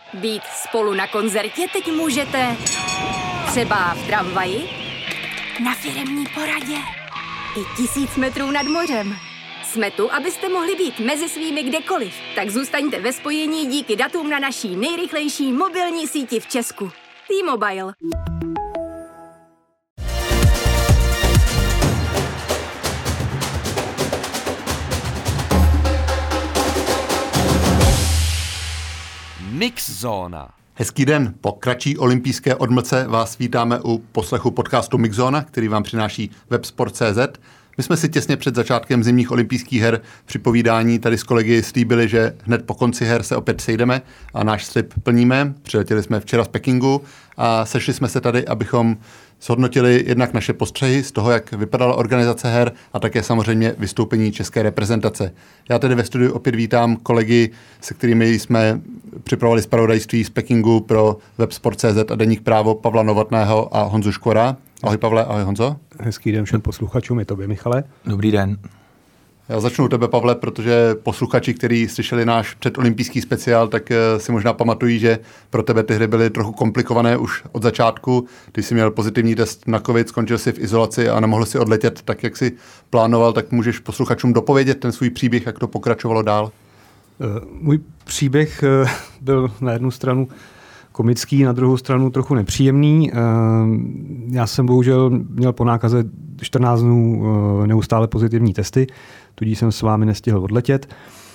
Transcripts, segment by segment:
Být spolu na koncertě teď můžete třeba v tramvaji, na firemní poradě i 1000 metrů nad mořem. Jsme tu, abyste mohli být mezi svými kdekoliv. Tak zůstaňte ve spojení díky datům na naší nejrychlejší mobilní síti v Česku. T-Mobile. Mixzóna. Hezký den. Po kratší olympijské odmlce vás vítáme u poslechu podcastu Mixzóna, který vám přináší websport.cz. My jsme si těsně před začátkem zimních olympijských her při povídání tady s kolegy slíbili, že hned po konci her se opět sejdeme a náš slib plníme. Přiletěli jsme včera z Pekingu a sešli jsme se tady, abychom zhodnotili jednak naše postřehy z toho, jak vypadala organizace her a také samozřejmě vystoupení české reprezentace. Já tedy ve studiu opět vítám kolegy, se kterými jsme připravovali zpravodajství z Pekingu pro websport.cz a deník Právo, Pavla Novotného a Honzu Škvora. Ahoj Pavle, ahoj Honzo. Hezký den všem posluchačům, je tobě Michale. Dobrý den. Já začnu u tebe, Pavle, protože posluchači, kteří slyšeli náš předolympijský speciál, tak si možná pamatují, že pro tebe ty hry byly trochu komplikované už od začátku. Ty jsi měl pozitivní test na covid, skončil jsi v izolaci a nemohl si odletět tak, jak jsi plánoval, tak můžeš posluchačům dopovědět ten svůj příběh, jak to pokračovalo dál? Můj příběh byl na jednu stranu komický, na druhou stranu trochu nepříjemný. Já jsem bohužel měl po nákaze 14 dnů neustále pozitivní testy, tudíž jsem s vámi nestihl odletět.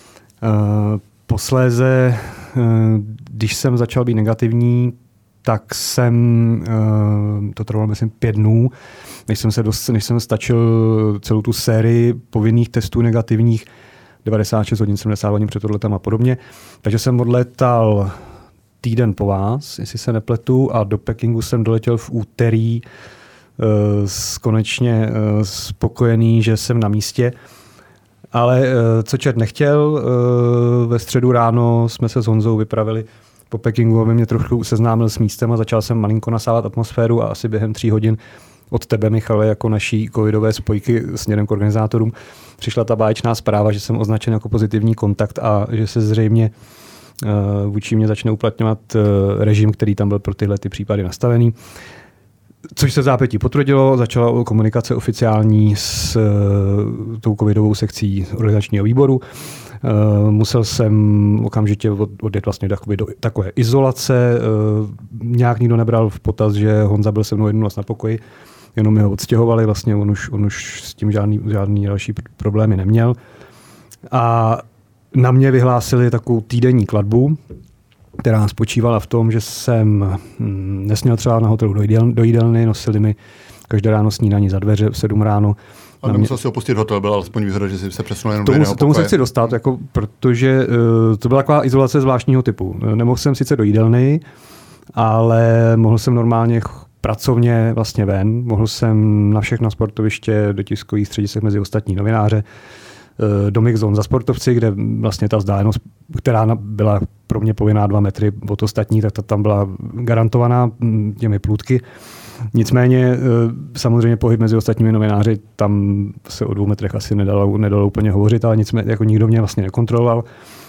Posléze, když jsem začal být negativní, tak jsem, to trvalo myslím 5 dnů, než jsem stačil celou tu sérii povinných testů negativních, 96 hodin, 70 hodin před odletem a podobně. Takže jsem odletal týden po vás, jestli se nepletu, a do Pekingu jsem doletěl v úterý konečně spokojený, že jsem na místě. Ale co čert nechtěl, ve středu ráno jsme se s Honzou vypravili po Pekingu, aby mě trochu seznámil s místem a začal jsem malinko nasávat atmosféru a asi během 3 hodin od tebe, Michale, jako naší covidové spojky směrem k organizátorům přišla ta báječná zpráva, že jsem označen jako pozitivní kontakt a že se zřejmě vůči mě začne uplatňovat režim, který tam byl pro tyhle ty případy nastavený. Což se v zápětí potvrdilo, začala komunikace oficiální s tou covidovou sekcí organizačního výboru. Musel jsem okamžitě odjet vlastně do takové izolace. Nějak nikdo nebral v potaz, že Honza byl se mnou jednu noc na pokoji, jenom ho odstěhovali, vlastně on už s tím žádný další problémy neměl. A na mě vyhlásili takovou týdenní klatbu, která spočívala v tom, že jsem nesměl třeba na hotelu do jídelny, nosili mi každé ráno snídaní za dveře v 7 ráno. Ale nemusel si opustit hotel, byla alespoň výhoda, že si se přesunul jenom do jiného pokoje. Tomu se chci dostat, protože to byla taková izolace zvláštního typu. Nemohl jsem sice do jídelny, ale mohl jsem normálně pracovně vlastně ven, mohl jsem na všechna sportoviště, do tiskových středisek mezi ostatní novináře, do Mixzone za sportovci, kde vlastně ta vzdálenost, která byla pro mě povinná 2 metry od ostatní, tak ta tam byla garantovaná těmi plůtky. Nicméně samozřejmě pohyb mezi ostatními novináři, tam se o 2 metrech asi nedalo úplně hovořit, ale nicméně jako nikdo mě vlastně nekontroloval.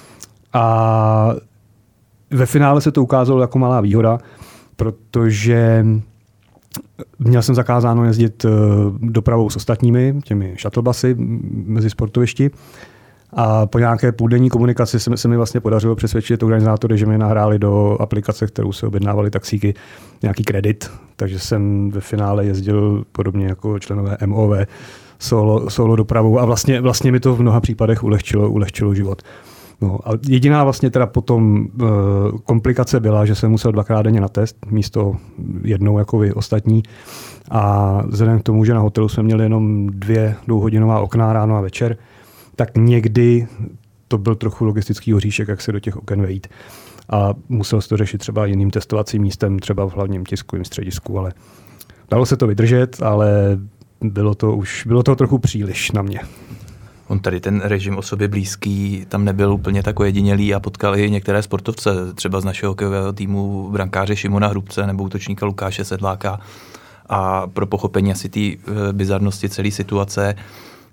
A ve finále se to ukázalo jako malá výhoda, protože měl jsem zakázáno jezdit dopravou s ostatními, těmi shuttlebusy mezi sportovišti. A po nějaké půldenní komunikaci se mi vlastně podařilo přesvědčit organizátory, že mi nahráli do aplikace, kterou se objednávali taxíky, nějaký kredit. Takže jsem ve finále jezdil podobně jako členové MOV solo dopravou a vlastně mi to v mnoha případech ulehčilo život. No a jediná vlastně teda potom komplikace byla, že jsem musel 2krát denně na test, místo jednou jako vy ostatní. A vzhledem k tomu, že na hotelu jsme měli jenom 2 dvouhodinová okna ráno a večer, tak někdy to byl trochu logistický oříšek, jak se do těch oken vejít. A musel se to řešit třeba jiným testovacím místem, třeba v hlavním tiskovém středisku, ale dalo se to vydržet, ale bylo to trochu příliš na mě. On tady ten režim osobě blízký tam nebyl úplně tak ojedinělý a potkal i některé sportovce, třeba z našeho hokejového týmu brankáře Šimona Hrubce nebo útočníka Lukáše Sedláka. A pro pochopení asi té bizarnosti celé situace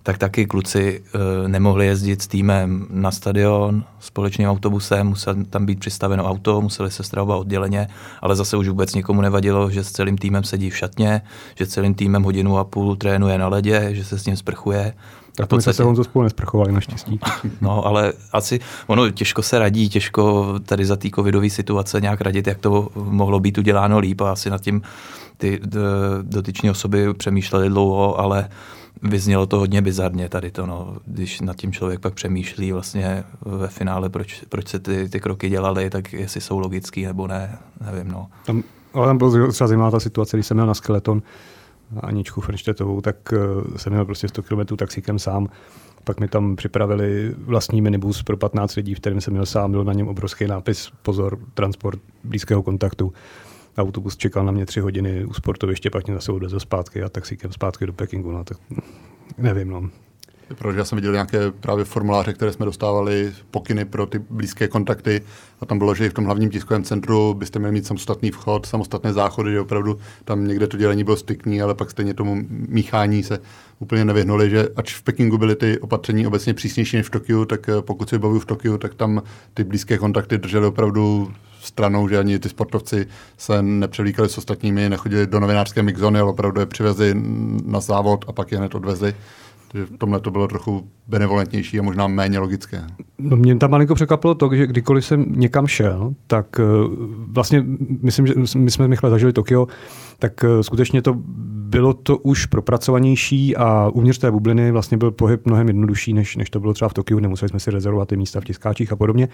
tak taky kluci nemohli jezdit s týmem na stadion společným autobusem, musel tam být přistaveno auto, museli se stravovat odděleně, ale zase už vůbec nikomu nevadilo, že s celým týmem sedí v šatně, že celým týmem 1,5 hodiny trénuje na ledě, že se s ním sprchuje. Tak my se Honzo spolu nesprchovali naštěstí. No, ale asi ono těžko se radí, těžko tady za té covidové situace nějak radit, jak to mohlo být uděláno líp a asi nad tím ty dotyční osoby přemýšleli dlouho, ale vyznělo to hodně bizarně tady to, no. Když nad tím člověk pak přemýšlí vlastně ve finále, proč se ty kroky dělaly, tak jestli jsou logický nebo ne, nevím, no. Tam byla třeba zajímavá ta situace, když jsem měl na Skeleton Aničku Frnštetovou, tak jsem měl prostě 100 km taxíkem sám. Pak mi tam připravili vlastní minibus pro 15 lidí, v kterém jsem měl sám, byl na něm obrovský nápis pozor, transport blízkého kontaktu. Autobus čekal na mě 3 hodiny u sportoviště, pak mě zase odvezl zpátky a taxíkem zpátky do Pekingu. No, tak nevím, no. Protože já jsem viděl nějaké právě formuláře, které jsme dostávali, pokyny pro ty blízké kontakty a tam bylo, že i v tom hlavním tiskovém centru byste měli mít samostatný vchod, samostatné záchody, že opravdu tam někde to dělení bylo striktní, ale pak stejně tomu míchání se úplně nevyhnuli, že ač v Pekingu byly ty opatření obecně přísnější než v Tokiu, tak pokud se vybavuju v Tokiu, tak tam ty blízké kontakty držely opravdu stranou, že ani ty sportovci se nepřevlíkali s ostatními, nechodili do novinářské mixzony, ale opravdu je přivezli na závod a pak je hned odvezli. Takže v tomhle to bylo trochu benevolentnější a možná méně logické. No, mě tam malinko překvapilo to, že kdykoliv jsem někam šel, tak vlastně myslím, že my jsme Michle zažili Tokio, tak skutečně to bylo to už propracovanější a uvnitř té bubliny vlastně byl pohyb mnohem jednodušší, než to bylo třeba v Tokiu, nemuseli jsme si rezervovat ty místa v tiskáčích a podobně.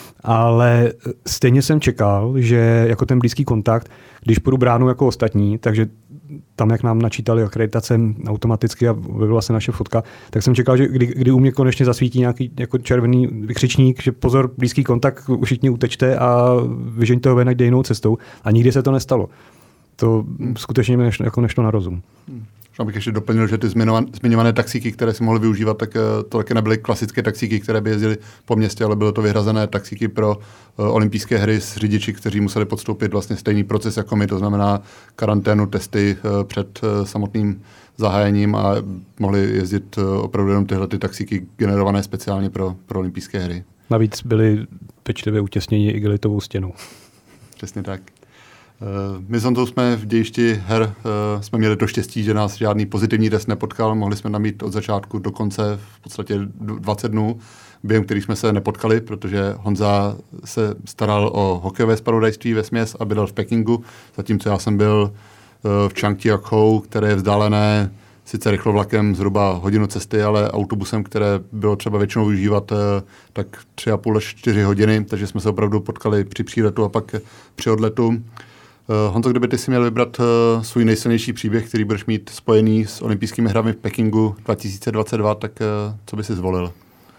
Ale stejně jsem čekal, že jako ten blízký kontakt, když půjdu bránou jako ostatní, takže tam, jak nám načítali akreditace automaticky a byla se naše fotka, tak jsem čekal, že kdy u mě konečně zasvítí nějaký jako červený vykřičník, že pozor, blízký kontakt, všichni utečte a vyžeňte ho ven, ať jde jinou cestou. A nikdy se to nestalo. To skutečně mi nešlo na rozum. Já bych ještě doplnil, že ty zmiňované taxíky, které si mohly využívat, tak to taky nebyly klasické taxíky, které by jezdily po městě, ale bylo to vyhrazené taxíky pro olympijské hry s řidiči, kteří museli podstoupit vlastně stejný proces jako my, to znamená karanténu, testy před samotným zahájením a mohli jezdit opravdu jenom tyhle ty taxíky generované speciálně pro olympijské hry. Navíc byli pečlivě utěsněni igelitovou stěnou. Přesně tak. My s Honzou jsme v dějišti her jsme měli to štěstí, že nás žádný pozitivní test nepotkal. Mohli jsme tam mít od začátku do konce v podstatě 20 dnů, během kterých jsme se nepotkali, protože Honza se staral o hokejové zpravodajství vesměs a bydlel v Pekingu, zatímco já jsem byl v Changjiakou, které je vzdálené sice rychlovlakem zhruba hodinu cesty, ale autobusem, které bylo třeba většinou využívat tak 3,5 až 4 hodiny, takže jsme se opravdu potkali při příletu a pak při odletu. Honzo, kdyby ty si měl vybrat svůj nejsilnější příběh, který budeš mít spojený s olympijskými hrami v Pekingu 2022, tak co by si zvolil?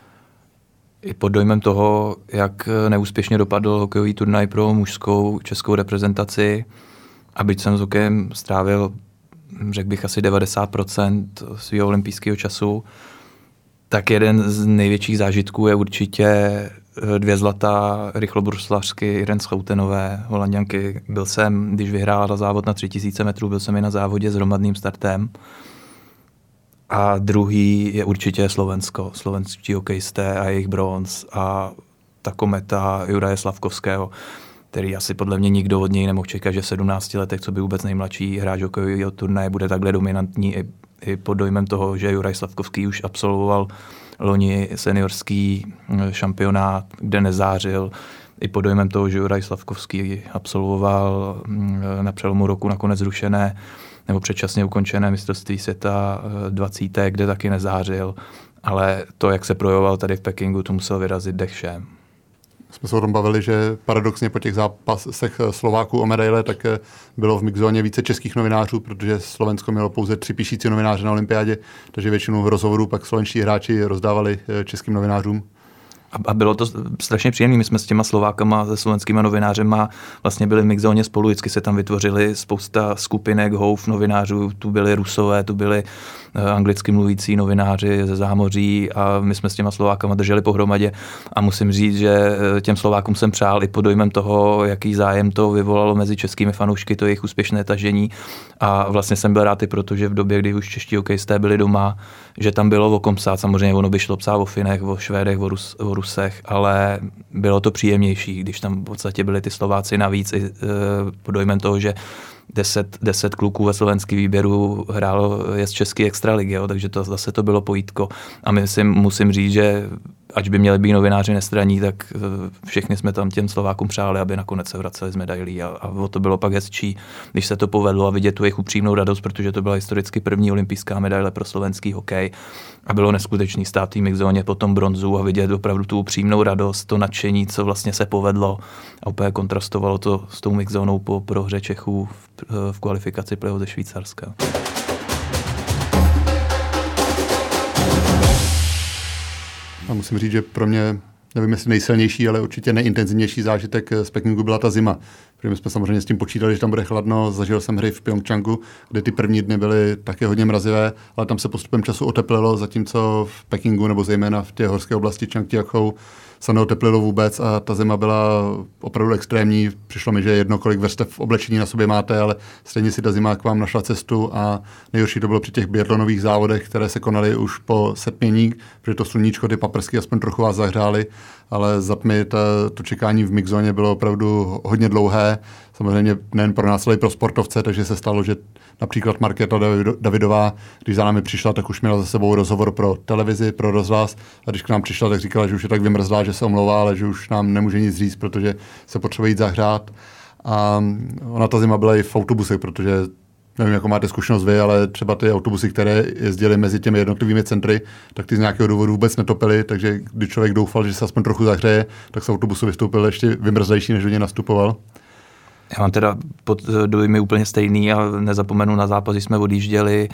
I pod dojmem toho, jak neúspěšně dopadl hokejový turnaj pro mužskou českou reprezentaci, a byť jsem s hokejem strávil, řekl bych, asi 90% svého olympijského času, tak jeden z největších zážitků je určitě 2 zlata rychlobruslařky Irene Schoutenové, Holanďanky. Byl jsem, když vyhrála závod na 3000 metrů, byl jsem i na závodě s hromadným startem. A druhý je určitě Slovensko, slovenští hokejisté a jejich bronz a ta kometa Juraje Slavkovského, který asi podle mě nikdo od něj nemohl čekat, že v 17 letech, co by vůbec nejmladší hráč hokejového turnaje, bude takhle dominantní i pod dojmem toho, že Juraj Slavkovský už absolvoval loni seniorský šampionát, kde nezářil. I pod dojmem toho, že Juraj Slavkovský absolvoval na přelomu roku nakonec zrušené nebo předčasně ukončené mistrovství světa 20, kde taky nezářil. Ale to, jak se projevoval tady v Pekingu, to musel vyrazit dech všem. Jsme se o tom bavili, že paradoxně po těch zápasech Slováků o medaile tak bylo v mixzóně více českých novinářů, protože Slovensko mělo pouze 3 píšící novináře na olympiádě, takže většinu rozhovorů pak slovenští hráči rozdávali českým novinářům. A bylo to strašně příjemné. My jsme s těma Slovákama, se slovenskýma novinářema vlastně byli v Mixzóně spolu, vždycky se tam vytvořili spousta skupinek, houf novinářů, tu byli Rusové, tu byli anglicky mluvící novináři ze zámoří a my jsme s těma Slovákama drželi pohromadě a musím říct, že těm Slovákům jsem přál i pod dojmem toho, jaký zájem to vyvolalo mezi českými fanoušky, to jejich úspěšné tažení a vlastně jsem byl rád i proto, že v době, kdy už čeští hokejisté byli doma, že tam bylo o kom psát, samozřejmě ono by šlo psát o Finech, o Švédech, o Rusech, ale bylo to příjemnější, když tam v podstatě byli ty Slováci navíc i pod dojmem toho, že 10 kluků ve slovenském výběru hrálo z české extraligy, takže to zase to bylo pojítko. A musím říct, že ať by měli být novináři nestranní, tak všichni jsme tam těm Slovákům přáli, aby nakonec se vraceli z medailí a o to bylo pak hezčí, když se to povedlo a vidět tu jejich upřímnou radost, protože to byla historicky první olympijská medaile pro slovenský hokej a bylo neskutečný stát v Mixzóně potom bronzu a vidět opravdu tu upřímnou radost, to nadšení, co vlastně se povedlo a úplně kontrastovalo to s tou Mixzónou po prohře Čechů v kvalifikaci playoff ze Švýcarska. A musím říct, že pro mě, nevím jestli nejsilnější, ale určitě nejintenzivnější zážitek z Pekingu byla ta zima. Protože my jsme samozřejmě s tím počítali, že tam bude chladno. Zažil jsem hry v Pyeongchangu, kde ty první dny byly také hodně mrazivé, ale tam se postupem času oteplilo, zatímco v Pekingu nebo zejména v té horské oblasti Čangtiakou se neoteplilo vůbec a ta zima byla opravdu extrémní. Přišlo mi, že jedno, kolik vrstev oblečení na sobě máte, ale stejně si ta zima k vám našla cestu a nejhorší to bylo při těch biatlonových závodech, které se konaly už po setmění, protože to sluníčko, ty paprsky aspoň trochu vás zahřály, ale za tmy to čekání v Mixzóně bylo opravdu hodně dlouhé. Samozřejmě nejen pro nás, ale i pro sportovce, takže se stalo, že například Markéta Davidová, když za námi přišla, tak už měla za sebou rozhovor pro televizi, pro rozhlas a když k nám přišla, tak říkala, že už je tak vymrzlá, že se omlouvá, ale že už nám nemůže nic říct, protože se potřebuje jít zahřát. A ona ta zima byla i v autobusech, protože nevím, jakou máte zkušenost vy, ale třeba ty autobusy, které jezdily mezi těmi jednotlivými centry, tak ty z nějakého důvodu vůbec netopily, takže když člověk doufal, že se aspoň trochu zahřeje, tak z autobusu vystoupil ještě vymrzlejší, než do něj nastupoval. Já mám teda dojmy úplně stejný a nezapomenu na zápas, když jsme odjížděli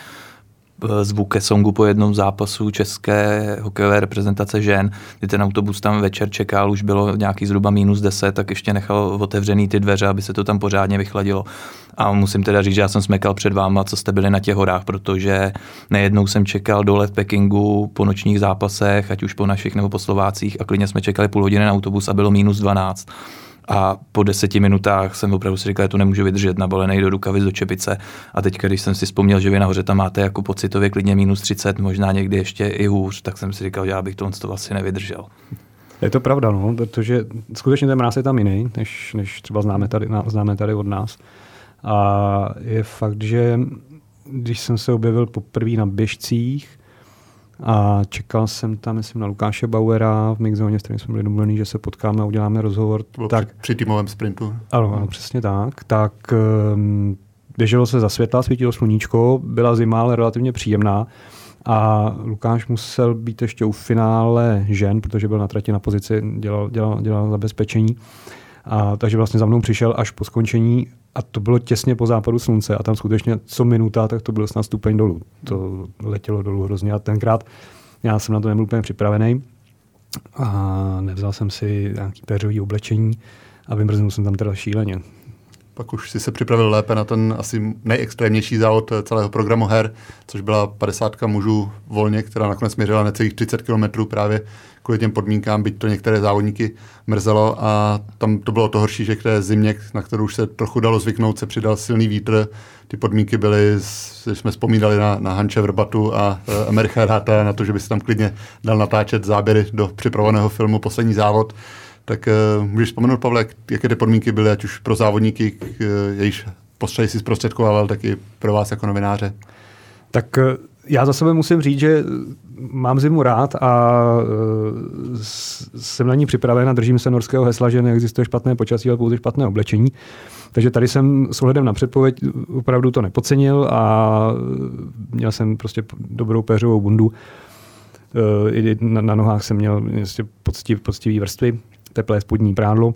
z Vukesongu po jednom zápasu české hokejové reprezentace žen, kdy ten autobus tam večer čekal, už bylo nějaký zhruba -10, tak ještě nechal otevřený ty dveře, aby se to tam pořádně vychladilo. A musím teda říct, že já jsem smekal před váma, co jste byli na těch horách, protože nejednou jsem čekal dole v Pekingu po nočních zápasech, ať už po našich nebo po Slovácích, a klidně jsme čekali půl hodiny na autobus a bylo -12. A po 10 minutách jsem opravdu si říkal, že to nemůžu vydržet, nabalenej do rukavic, do čepice. A teďka, když jsem si vzpomněl, že vy nahoře tam máte jako pocitově klidně -30, možná někdy ještě i hůř, tak jsem si říkal, že já bych to asi nevydržel. Je to pravda, no, protože skutečně ten mráz je tam jiný, než třeba známe tady od nás. A je fakt, že když jsem se objevil poprvé na běžcích, a čekal jsem tam, myslím, na Lukáše Bauera v Mixzóně, s kterým jsme byli domluvení, že se potkáme a uděláme rozhovor. Tak, při týmovém sprintu. Ano, přesně tak. Tak běželo se za světla, svítilo sluníčko, byla zima, ale relativně příjemná. A Lukáš musel být ještě u finále žen, protože byl na trati na pozici, dělal zabezpečení. Takže vlastně za mnou přišel až po skončení a to bylo těsně po západu slunce a tam skutečně co minuta, tak to bylo snad stupeň dolů. To letělo dolů hrozně a tenkrát já jsem na to nebyl úplně připravený a nevzal jsem si nějaký péřový oblečení a vymrznul jsem tam teda šíleně. Pak už si se připravil lépe na ten asi nejextrémnější závod celého programu her, což byla 50 mužů volně, která nakonec měřila necelých 30 km právě kvůli těm podmínkám, byť to některé závodníky mrzelo a tam to bylo to horší, že k té zimě, na kterou už se trochu dalo zvyknout, se přidal silný vítr. Ty podmínky byly, když jsme vzpomínali na Hanče Vrbatu a Emericha Ráta, na to, že by se tam klidně dal natáčet záběry do připravovaného filmu Poslední závod. Tak můžeš vzpomenout, Pavle, jaké ty podmínky byly, ať už pro závodníky, jejichž postřehy si zprostředkoval, tak i pro vás jako novináře? Tak já za sebe musím říct, že mám zimu rád a jsem na ní připraven a držím se norského hesla, že neexistuje špatné počasí, ale pouze špatné oblečení. Takže tady jsem s ohledem na předpověď opravdu to nepodcenil a měl jsem prostě dobrou péřovou bundu. I na nohách jsem měl poctivý vrstvy, teplé spodní prádlo.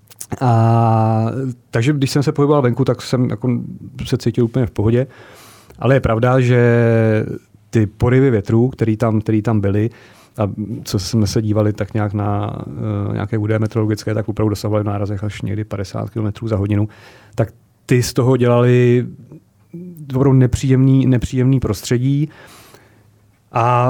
Takže když jsem se pohyboval venku, tak jsem jako se cítil úplně v pohodě. Ale je pravda, že ty porivy větrů, který tam byly, A co jsme se dívali tak nějak na nějaké údaje meteorologické, tak opravdu dosahovali v nárazech až někdy 50 km za hodinu. Tak ty z toho dělali opravdu nepříjemný prostředí. A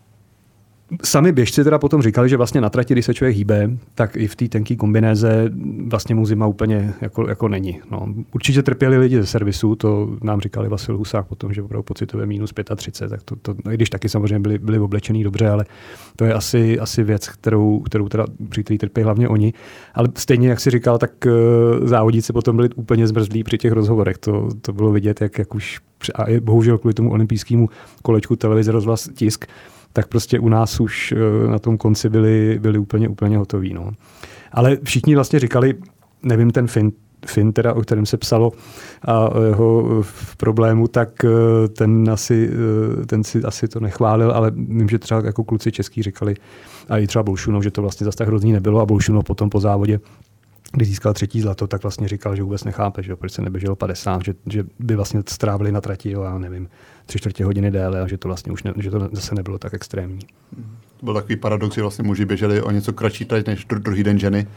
sami běžci teda potom říkali, že vlastně na trati, když se člověk hýbe, tak i v té tenké kombinéze vlastně mu zima úplně jako není. No, určitě trpěli lidi ze servisu, to nám říkali Vasil Husák potom, že opravdu pocitově minus 35, tak to když taky samozřejmě byli oblečený dobře, ale to je asi věc, kterou teda při který trpí hlavně oni. Ale stejně, jak si říkal, tak závodníci potom byli úplně zmrzlí při těch rozhovorech. To bylo vidět, jak už, a bohužel kvůli tomu olympijskému kolečku televize, rozhlas, tisk, tak prostě u nás už na tom konci byli úplně hotoví. No. Ale všichni vlastně říkali, nevím, ten Finn teda, o kterém se psalo a jeho problému, tak ten si asi to nechválil, ale vím, že třeba jako kluci český říkali, a i třeba Bolšunov, že to vlastně zase tak hrozný nebylo, a Bolšunov potom po závodě, když získal 3. zlato, tak vlastně říkal, že vůbec nechápe, že proč se neběželo 50, že by vlastně strávili na trati, já nevím, 3/4 hodiny déle a že to vlastně už že to zase nebylo tak extrémní. To byl takový paradox, že vlastně muži běželi o něco kratší trať než druhý den ženy.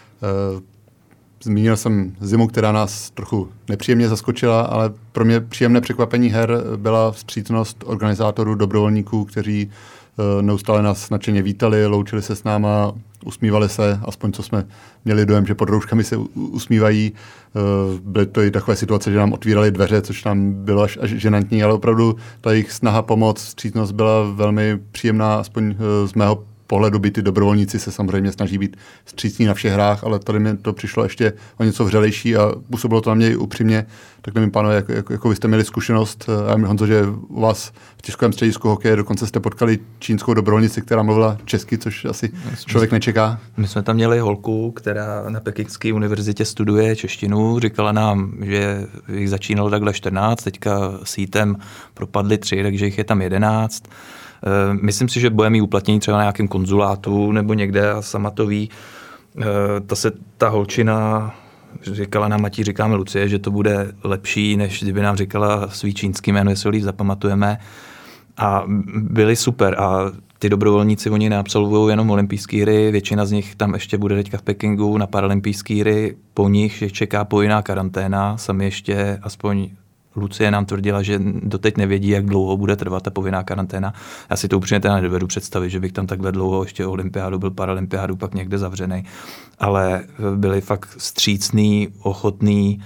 Zmínil jsem zimu, která nás trochu nepříjemně zaskočila, ale pro mě příjemné překvapení her byla vstřícnost organizátorů, dobrovolníků, kteří neustále nás nadšeně vítali, loučili se s náma, usmívali se, aspoň co jsme měli dojem, že pod rouškami se usmívají. Byly to i takové situace, že nám otvírali dveře, což nám bylo až ženantní, ale opravdu ta jejich snaha pomoct, vstřícnost byla velmi příjemná, aspoň z mého pohledu. By ty dobrovolníci se samozřejmě snaží být vstřícní na všech hrách, ale tady mi to přišlo ještě o něco vřelejší a působilo to na mě i upřímně. Tak nevím, pánové, jako vy jste měli zkušenost, a Honzo, že u vás v tiskovém středisku hokeje dokonce jste potkali čínskou dobrovolnici, která mluvila česky, což asi člověk nečeká. My jsme tam měli holku, která na Pekingské univerzitě studuje češtinu, říkala nám, že jich začínalo takhle 14, teďka sítem propadly 3, takže jich je tam 11. Myslím si, že bude mít uplatnění třeba na nějakém konzulátu nebo někde a sama to ví. Ta holčina říkala nám, Matí, říkáme Lucie, že to bude lepší, než kdyby nám říkala svý čínský jméno, jestli ho líp zapamatujeme. A byli super a ty dobrovolníci, oni neabsolvují jenom olympijské hry, většina z nich tam ještě bude teďka v Pekingu na paralympijské hry, po nich je čeká povinná karanténa, sami ještě aspoň Lucie nám tvrdila, že doteď nevědí, jak dlouho bude trvat ta povinná karanténa. Já si to upřímně teda nedovedu představit, že bych tam takhle dlouho ještě olympiádu, byl paralympiádu, pak někde zavřenej. Ale byli fakt vstřícný, ochotný,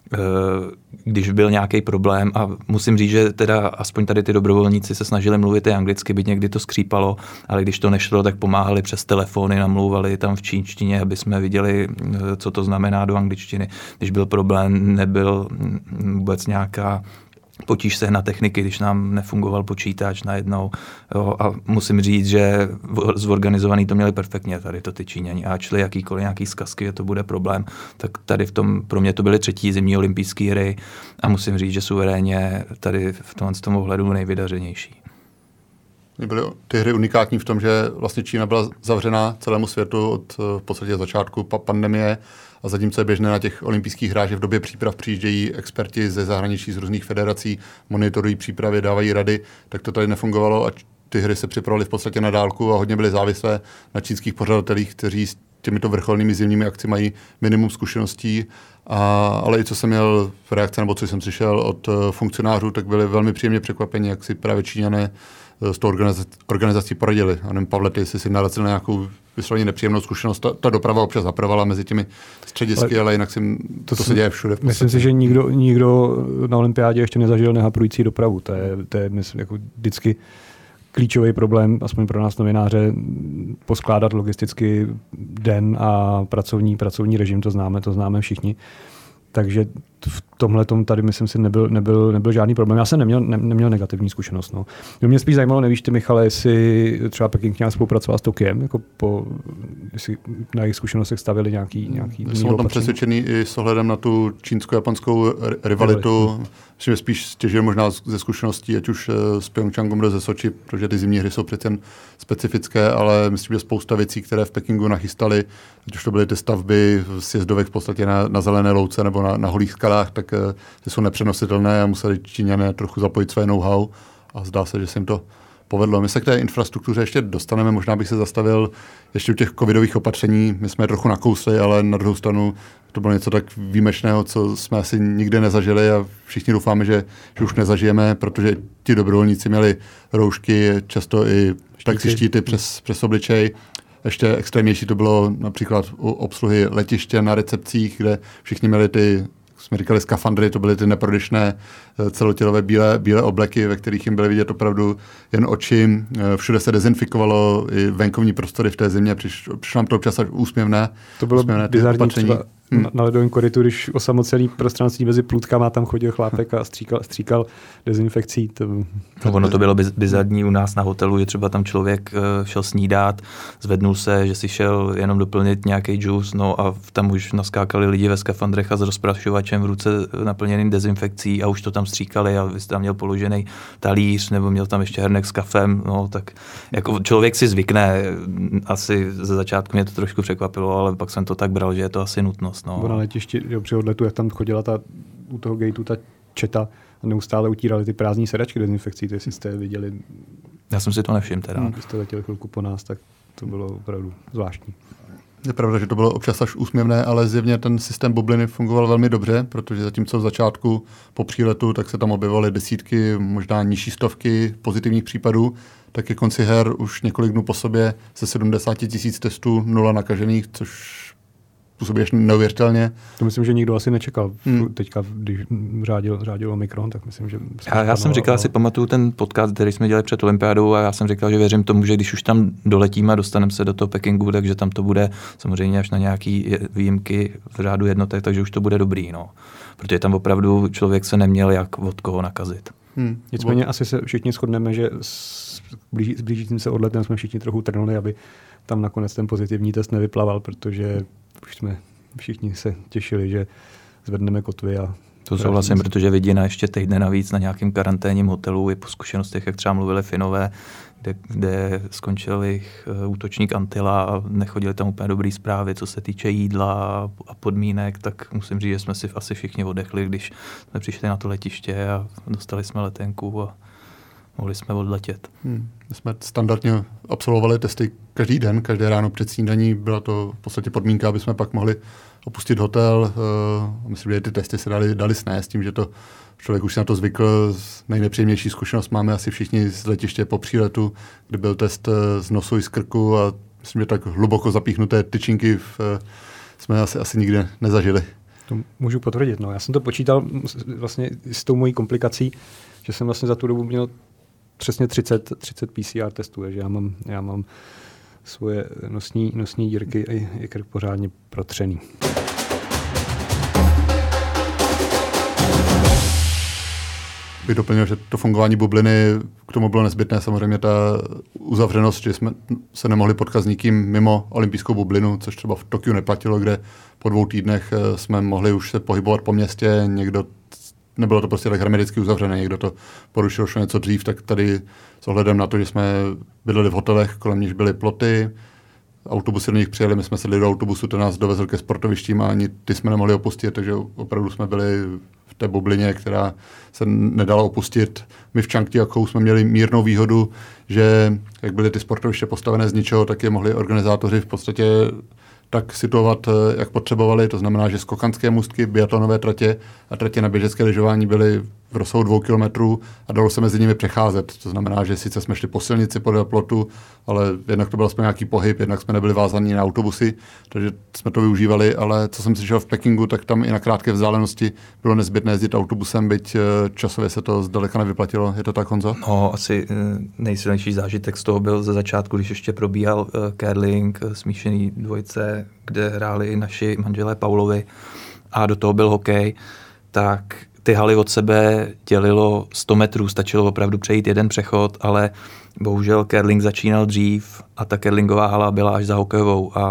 když byl nějaký problém a musím říct, že teda aspoň tady ty dobrovolníci se snažili mluvit i anglicky, byť někdy to skřípalo, ale když to nešlo, tak pomáhali přes telefony, namlouvali tam v čínštině, aby jsme viděli, co to znamená do angličtiny. Když byl problém, nebyl vůbec nějaká potíž sehnat techniky, když nám nefungoval počítač najednou. Jo, a musím říct, že zorganizovaný to měli perfektně tady to ty Číňani. A čili jakýkoliv nějaký zkazky, že to bude problém, tak tady v tom, pro mě to byly 3. zimní olympijské hry a musím říct, že suverénně tady v tom ohledu nejvydařenější. Byly ty hry unikátní v tom, že vlastně Čína byla zavřená celému světu od v podstatě začátku pandemie a zatímco je běžné na těch olympijských hrách, že v době příprav přijíždějí experti ze zahraničí, z různých federací, monitorují přípravy, dávají rady, tak to tady nefungovalo a ty hry se připravovaly v podstatě na dálku a hodně byly závislé na čínských pořadatelích, kteří s těmito vrcholnými zimními akci mají minimum zkušeností, ale i co jsem měl v reakci, nebo co jsem slyšel od funkcionářů, tak byli velmi příjemně překvapeni, jak si právě Číňané s tou organizací poradili. A nevím, Pavle, ty jsi si narazil na nějakou vysloveně nepříjemnou zkušenost. Ta doprava občas zapravovala mezi těmi středisky, ale jinak to se děje všude. Myslím si, že nikdo na olympiádě ještě nezažil nehaprující dopravu. To je myslím, jako vždycky klíčový problém, aspoň pro nás novináře, poskládat logisticky den a pracovní režim, to známe všichni. Takže v tomhletom tady, myslím si, nebyl žádný problém. Já jsem neměl negativní zkušenost. No. Mě spíš zajímalo, nevíš ty, Michale, jestli třeba Peking nějak spolupracoval s Tokiem, jako jestli na jejich zkušenostech stavili nějaký jsem o tom přesvědčený i s ohledem na tu čínsko-japonskou rivalitu. Myslím, že spíš stěžuje možná ze zkušeností, ať už z Pyeongchangu nebo ze Soči, protože ty zimní hry jsou přece specifické, ale myslím, že spousta věcí, které v Pekingu nachystali, ať už to byly ty stavby sjezdovek v podstatě na zelené louce nebo na holých skalách, tak ty jsou nepřenositelné a museli Číňané trochu zapojit své know-how a zdá se, že se jim to povedlo. My se k té infrastruktuře ještě dostaneme, možná bych se zastavil ještě u těch covidových opatření. My jsme je trochu nakousli, ale na druhou stranu to bylo něco tak výjimečného, co jsme asi nikdy nezažili a všichni doufáme, že už nezažijeme, protože ti dobrovolníci měli roušky, často i štíty přes obličej. Ještě extrémnější to bylo například u obsluhy letiště na recepcích, kde všichni měli ty, jsme říkali skafandry, to byly ty neprodyšné celotělové bílé obleky, ve kterých jim byly vidět opravdu jen oči. Všude se dezinfikovalo i venkovní prostory v té zimě, přišlo nám to občas až úsměvné. To bylo bizarní třeba na ledovém korytu, když osamocený prostranství mezi plůtkama tam chodil chlápek a stříkal dezinfekcí. Ono to bylo bizarní u nás na hotelu, že třeba tam člověk šel snídat, zvednul se, že si šel jenom doplnit nějaký džus, no a tam už naskákali lidi ve skafandrech a s rozprašovačem v ruce naplněným dezinfekcí a už to tam stříkali a vy jste tam měl položený talíř nebo měl tam ještě hrnek s kafem, no tak jako člověk si zvykne, asi ze začátku mě to trošku překvapilo, ale pak jsem to tak bral, že je to asi nutnost. No. Na letišti při odletu, jak tam chodila u toho gateu ta četa a neustále utírali ty prázdní sedačky dezinfekcí, to jestli jste viděli. Já jsem si to nevšiml teda. Když jste letěli chvilku po nás, tak to bylo opravdu zvláštní. Je pravda, že to bylo občas až úsměvné, ale zjevně ten systém bubliny fungoval velmi dobře, protože zatímco v začátku po příletu, tak se tam objevovaly desítky, možná nižší stovky pozitivních případů, tak ke konci her už několik dnů po sobě se 70 000 testů, 0 nakažených, což působí ještě neuvěřitelně. To myslím, že nikdo asi nečekal. Teďka, když řádil Omikron, tak myslím, že... Já jsem říkal, si pamatuju ten podcast, který jsme dělali před olympiádou a já jsem říkal, že věřím tomu, že když už tam doletíme a dostaneme se do toho Pekingu, takže tam to bude samozřejmě až na nějaký výjimky v řádu jednotek, takže už to bude dobrý, no. Protože tam opravdu člověk se neměl jak od koho nakazit. Nicméně asi se všichni shodneme, že s blížícím se odletem jsme všichni trochu trnuli, aby tam nakonec ten pozitivní test nevyplaval, protože už jsme všichni se těšili, že zvedneme kotvy. A to souhlasím, protože vidina ještě týdne navíc na nějakém karanténním hotelu i po zkušenostech, jak třeba mluvili Finové, kde skončil jejich útočník Antila a nechodili tam úplně dobrý zprávy, co se týče jídla a podmínek, tak musím říct, že jsme si asi všichni oddechli, když jsme přišli na to letiště a dostali jsme letenku a mohli jsme odletět. My jsme standardně absolvovali testy každý den, každé ráno před snídaní. Byla to v podstatě podmínka, aby jsme pak mohli opustit hotel. Myslím, že ty testy se dali snést tím, že to člověk už si na to zvykl. Nejnepříjemnější zkušenost máme asi všichni z letiště po příletu, kdy byl test z nosu i z krku a myslím, že tak hluboko zapíchnuté tyčinky jsme asi nikdy nezažili. To můžu potvrdit. No. Já jsem to počítal vlastně s tou mojí komplikací, že jsem vlastně za tu dobu měl přesně 30 PCR testů, takže já mám svoje nosní dírky a je krk pořádně protřený. Bych doplnil, že to fungování bubliny, k tomu bylo nezbytné samozřejmě ta uzavřenost, že jsme se nemohli potkat s nikým mimo olympijskou bublinu, což třeba v Tokiu neplatilo, kde po 2 týdnech jsme mohli už se pohybovat po městě, nebylo to prostě tak hermeticky uzavřené, někdo to porušil šlo něco dřív, tak tady s ohledem na to, že jsme bydleli v hotelech, kolem níž byly ploty, autobusy do nich přijeli, my jsme sedli do autobusu, ten nás dovezl ke sportovištím a ani ty jsme nemohli opustit, takže opravdu jsme byli v té bublině, která se nedala opustit. My v Čangtiakou jsme měli mírnou výhodu, že jak byly ty sportoviště postavené z ničeho, tak je mohli organizátoři v podstatě tak situovat, jak potřebovali. To znamená, že skokanské můstky, biatlonové tratě a tratě na běžecké lyžování byly v rozsahu 2 kilometrů a dalo se mezi nimi přecházet. To znamená, že sice jsme šli po silnici podél plotu, ale jednak to byl aspoň nějaký pohyb, jednak jsme nebyli vázaní na autobusy, takže jsme to využívali, ale co jsem slyšel v Pekingu, tak tam i na krátké vzdálenosti bylo nezbytné jezdit autobusem, byť časově se to zdaleka nevyplatilo. Je to tak, Honzo? No, asi nejsilnější zážitek z toho byl ze začátku, když ještě probíhal curling, smíšený dvojice, kde hráli i naši manželé Paulovi a do toho byl hokej, tak ty haly od sebe dělilo 100 metrů, stačilo opravdu přejít jeden přechod, ale bohužel curling začínal dřív a ta curlingová hala byla až za hokejovou a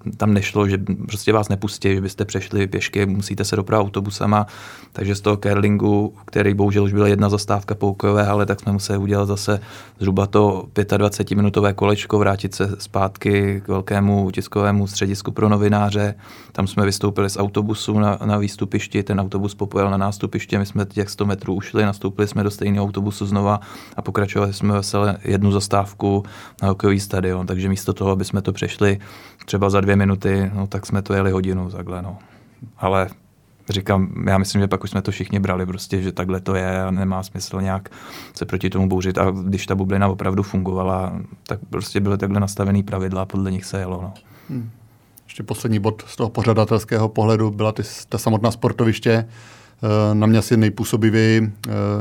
tam nešlo, že prostě vás nepustí, že byste přešli pěšky, musíte se dopravit autobusama, takže z toho curlingu, který bohužel už byla jedna zastávka po hokejové hale, tak jsme museli udělat zase zhruba to 25-minutové kolečko, vrátit se zpátky k velkému tiskovému středisku pro novináře. Tam jsme vystoupili z autobusu na výstupišti, ten autobus popojel na nástupiště, my jsme těch 100 metrů ušli, nastoupili jsme do stejného autobusu znova a pokračovali jsme vesele jednu zastávku na hokejový stadion, takže místo toho, aby jsme to přešli třeba za 2 minuty, no tak jsme to jeli hodinu takhle, no. Ale říkám, já myslím, že pak už jsme to všichni brali prostě, že takhle to je a nemá smysl nějak se proti tomu bouřit a když ta bublina opravdu fungovala, tak prostě byly takhle nastavený pravidla a podle nich se jelo, no. Ještě poslední bod z toho pořadatelského pohledu byla ta samotná sportoviště. Na mě asi nejpůsobivěji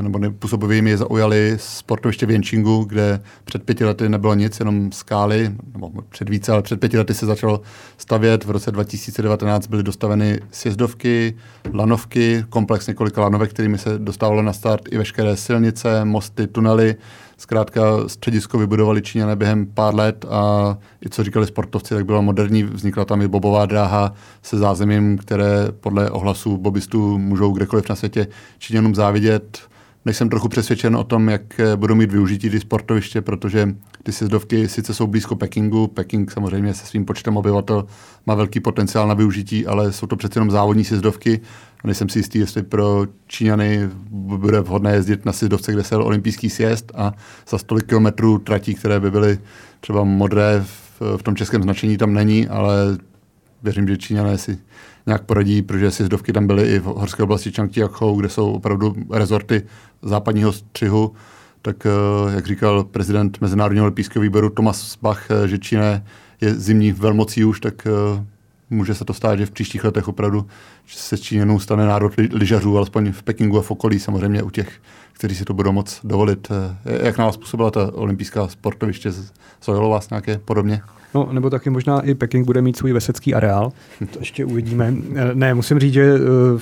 mě zaujali sportoviště v Jenčingu, kde před 5 lety nebylo nic, jenom skály, nebo před 5 lety se začalo stavět. V roce 2019 byly dostaveny sjezdovky, lanovky, komplex několika lanovek, kterými se dostávalo na start i veškeré silnice, mosty, tunely. Zkrátka středisko vybudovali Číňané během pár let a i co říkali sportovci, tak bylo moderní. Vznikla tam i bobová dráha se zázemím, které podle ohlasů bobistů můžou kdekoliv na světě Číňanům závidět. Nejsem trochu přesvědčen o tom, jak budou mít využití ty sportoviště, protože ty sjezdovky sice jsou blízko Pekingu. Peking samozřejmě se svým počtem obyvatel má velký potenciál na využití, ale jsou to přece jenom závodní sjezdovky. Nejsem si jistý, jestli pro Číňany bude vhodné jezdit na sjezdovce, kde se jel olympijský sjezd a za 100 kilometrů tratí, které by byly třeba modré, v tom českém značení tam není, ale věřím, že Číňané si nějak poradí, protože sjezdovky tam byly i v horské oblasti Čangtiakou, kde jsou opravdu rezorty západního střihu. Tak jak říkal prezident Mezinárodního olympijského výboru Thomas Bach, že Čína je zimní velmocí už, tak může se to stát, že v příštích letech opravdu se z Číňanů stane národ lyžařů, alespoň v Pekingu a v okolí, samozřejmě u těch, kteří si to budou moc dovolit. Jak na vás působila ta olympijská sportoviště? Zaujalo vás nějaké podobně? No, nebo taky možná i Peking bude mít svůj vesecký areál. To ještě uvidíme. Ne, musím říct, že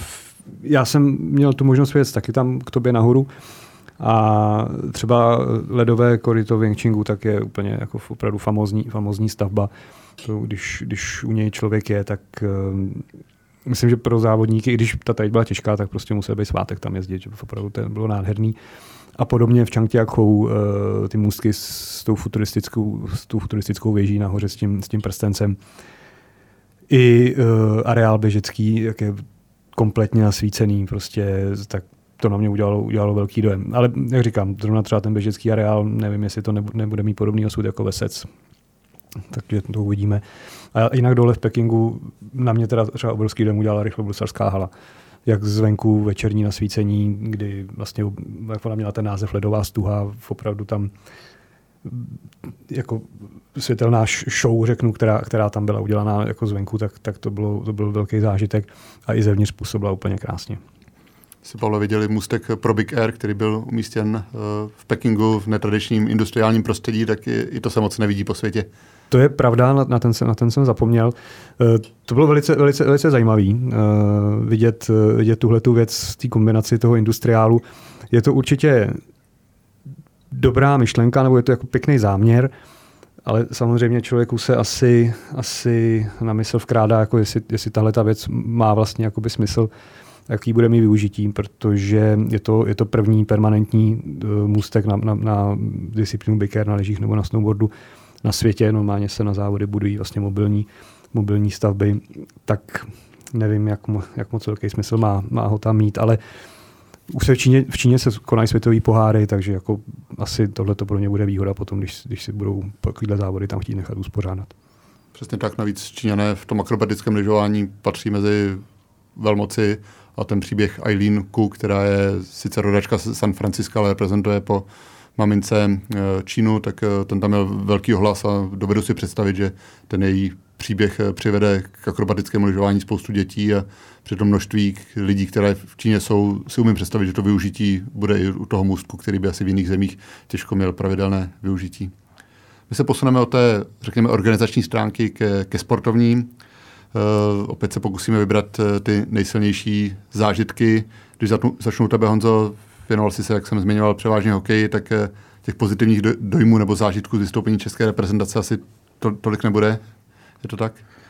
já jsem měl tu možnost jet taky tam k tobě nahoru a třeba ledové koryto v Jenčingu tak je úplně jako opravdu famózní stavba. To, když u něj člověk je, tak myslím, že pro závodníky, i když ta trať byla těžká, tak prostě musel být svátek tam jezdit, že opravdu to bylo nádherný. A podobně v Čangtiakou ty můstky s tou futuristickou věží nahoře s tím prstencem. I areál běžecký, jak je kompletně nasvícený, prostě, tak to na mě udělalo velký dojem. Ale jak říkám, zrovna třeba ten běžecký areál, nevím, jestli to nebude mít podobný osud jako Vesec. Takže to uvidíme. A jinak dole v Pekingu na mě teda třeba obrovský dojem udělala rychlobruslařská hala. Jak zvenku večerní nasvícení, kdy vlastně, jak ona měla ten název Ledová stuha, opravdu tam jako světelná show, řeknu, která tam byla udělaná jako zvenku, tak to byl velký zážitek a i zevnitř působila úplně krásně. Si, Pavle, viděli můstek pro Big Air, který byl umístěn v Pekingu v netradičním industriálním prostředí, tak i to se moc nevidí po světě. To je pravda, na ten jsem zapomněl. To bylo velice zajímavý vidět tuhletu věc v té kombinaci toho industriálu. Je to určitě dobrá myšlenka, nebo je to jako pěkný záměr, ale samozřejmě člověku se asi na mysl vkrádá, jako jestli tahle ta věc má vlastně jakoby smysl, jaký bude mít využití, protože je to první permanentní můstek na disciplínu Big Air na lyžích nebo na snowboardu na světě. Normálně se na závody budují vlastně mobilní stavby, tak nevím, jak moc velký smysl má ho tam mít, ale už se v Číně se konají světový poháry, takže jako asi tohle to pro ně bude výhoda potom, když si budou takovýhle závody tam chtít nechat uspořádat. Přesně tak, navíc Číňané v tom akrobatickém lyžování patří mezi velmoci a ten příběh Eileen Ku, která je sice rodačka z San Francisca, ale reprezentuje po mamince Čínu, tak ten tam měl velký ohlas a dovedu si představit, že ten její příběh přivede k akrobatickému lyžování spoustu dětí a při tom množství lidí, které v Číně jsou, si umím představit, že to využití bude i u toho můstku, který by asi v jiných zemích těžko měl pravidelné využití. My se posuneme od té, řekněme, organizační stránky ke sportovní. Opět se pokusíme vybrat ty nejsilnější zážitky. Když začnu tebe, Honzo, věnoval jsi se, jak jsem zmiňoval, převážně hokej, tak těch pozitivních dojmů nebo zážitků z vystoupení české reprezentace asi tolik nebude. Je to tak?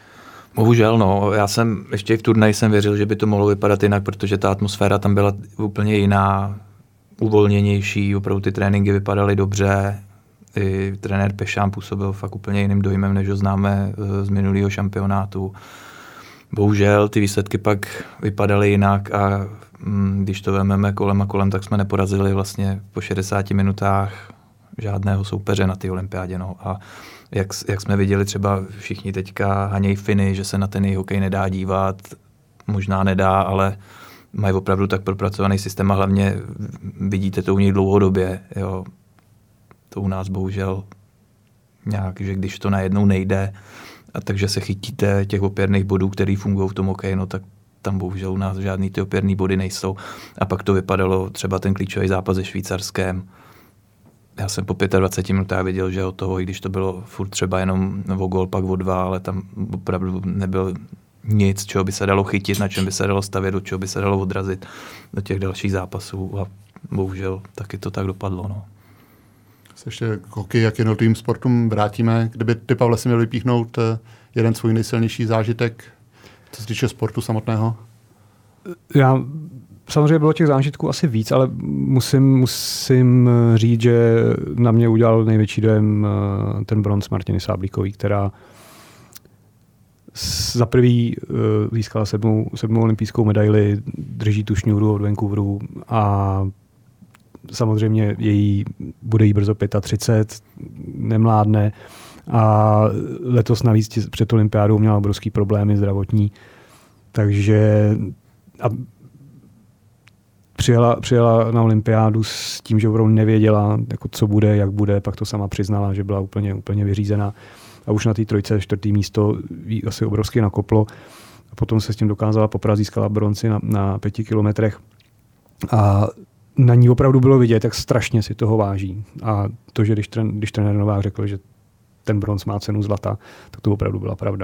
Bohužel, no. Já jsem ještě v turnaji jsem věřil, že by to mohlo vypadat jinak, protože ta atmosféra tam byla úplně jiná, uvolněnější, opravdu ty tréninky vypadaly dobře. I trenér Pešán působil fakt úplně jiným dojmem, než ho známe z minulého šampionátu. Bohužel ty výsledky pak vypadaly jinak a když to vezmeme kolem a kolem, tak jsme neporazili vlastně po 60 minutách žádného soupeře na té olympiádě. No. A jak jsme viděli, třeba všichni teďka haněj Finy, že se na ten hokej nedá dívat, možná nedá, ale mají opravdu tak propracovaný systém a hlavně vidíte to u nich dlouhodobě. Jo. To u nás bohužel nějak, že když to najednou nejde, a takže se chytíte těch opěrných bodů, které fungují v tom hokeji, no tak tam bohužel u nás žádný ty opěrný body nejsou. A pak to vypadalo třeba ten klíčový zápas se Švýcarskem. Já jsem po 25 minutách viděl, že od toho, i když to bylo furt třeba jenom o gól, pak o 2, ale tam opravdu nebyl nic, čeho by se dalo chytit, na čem by se dalo stavět, do čeho by se dalo odrazit do těch dalších zápasů a bohužel taky to tak dopadlo. No. Se ještě k hokeji jak jednotlivým sportům vrátíme. Kdyby ty, Pavle, si měl vypíchnout jeden svůj nejsilnější zážitek, co se týče sportu samotného? Já samozřejmě bylo těch zážitků asi víc, ale musím říct, že na mě udělal největší dojem ten bronz Martiny Sáblíkový, která za prvý získala sedmou olympijskou medaili, drží tu šňůru od Vancouveru a samozřejmě bude jí brzo 35, nemládne a letos navíc před olympiádou měla obrovský problémy zdravotní, takže přijela na olympiádu s tím, že opravdu nevěděla, jako co bude, jak bude, pak to sama přiznala, že byla úplně vyřízená a už na té 3., 4. místo jí asi obrovsky nakoplo a potom se s tím dokázala poprat, získala bronci na 5 kilometrech a na ní opravdu bylo vidět, jak strašně si toho váží. A to, že když trenér Novák řekl, že ten bronz má cenu zlata, tak to opravdu byla pravda.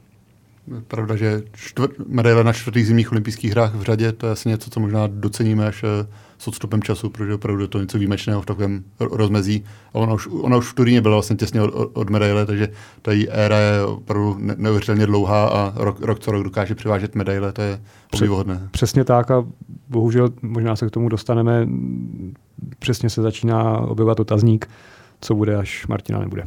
Pravda, že medaile na 4. zimních olympijských hrách v řadě, to je asi něco, co možná doceníme až s odstupem času, protože opravdu je to něco výjimečného v takovém rozmezí. A ona už v Turíně byla vlastně těsně od medaile, takže ta její éra je opravdu neuvěřitelně dlouhá a rok co rok dokáže přivážet medaile, to je obdivuhodné. Přesně tak a bohužel možná se k tomu dostaneme. Přesně se začíná objevovat otazník, co bude, až Martina nebude.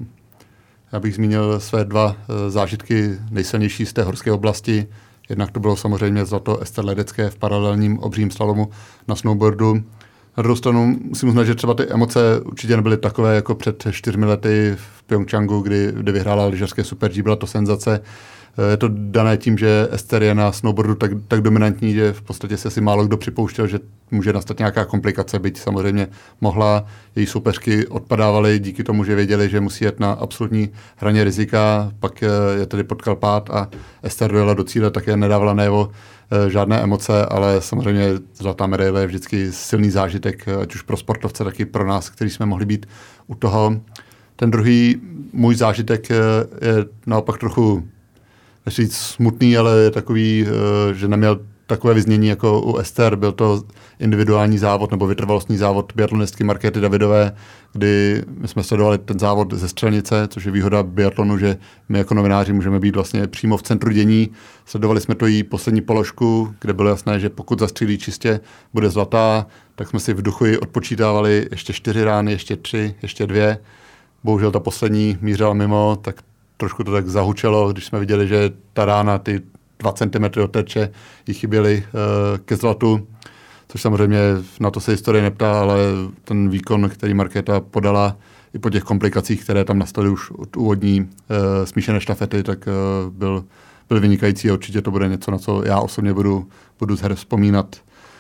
Já bych zmínil své 2 zážitky nejsilnější z té horské oblasti. Jednak to bylo samozřejmě zlato Ester Ledecké v paralelním obřím slalomu na snowboardu. Na druhou stranu musím uznat, že třeba ty emoce určitě nebyly takové jako před 4 lety v Pyeongchangu, kdy vyhrála lyžařské Super G, byla to senzace. Je to dané tím, že Ester je na snowboardu tak dominantní, že v podstatě se asi málo kdo připouštěl, že může nastat nějaká komplikace, byť samozřejmě mohla. Její soupeřky odpadávaly díky tomu, že věděli, že musí jet na absolutní hraně rizika, pak je tedy potkal pád a Ester dojela do cíle, také nedávala najevo žádné emoce, ale samozřejmě zlatá medaile je vždycky silný zážitek, ať už pro sportovce, tak i pro nás, kteří jsme mohli být u toho. Ten druhý můj zážitek je naopak trochu nechci říct smutný, ale je takový, že neměl takové vyznění jako u Ester. Byl to individuální závod nebo vytrvalostní závod biatlonistky Markéty Davidové, kdy my jsme sledovali ten závod ze střelnice, což je výhoda biatlonu, že my jako novináři můžeme být vlastně přímo v centru dění. Sledovali jsme to její poslední položku, kde bylo jasné, že pokud zastřílí čistě, bude zlatá, tak jsme si v duchu odpočítávali ještě 4 rány, ještě 3, ještě 2. Bohužel ta poslední mířila mimo, tak trošku to tak zahučelo, když jsme viděli, že ta rána, ty 2 cm od terče, jí chyběly ke zlatu, což samozřejmě na to se historie neptá, ale ten výkon, který Markéta podala i po těch komplikacích, které tam nastaly už od úvodní smíšené štafety, tak byl vynikající a určitě to bude něco, na co já osobně budu z her vzpomínat.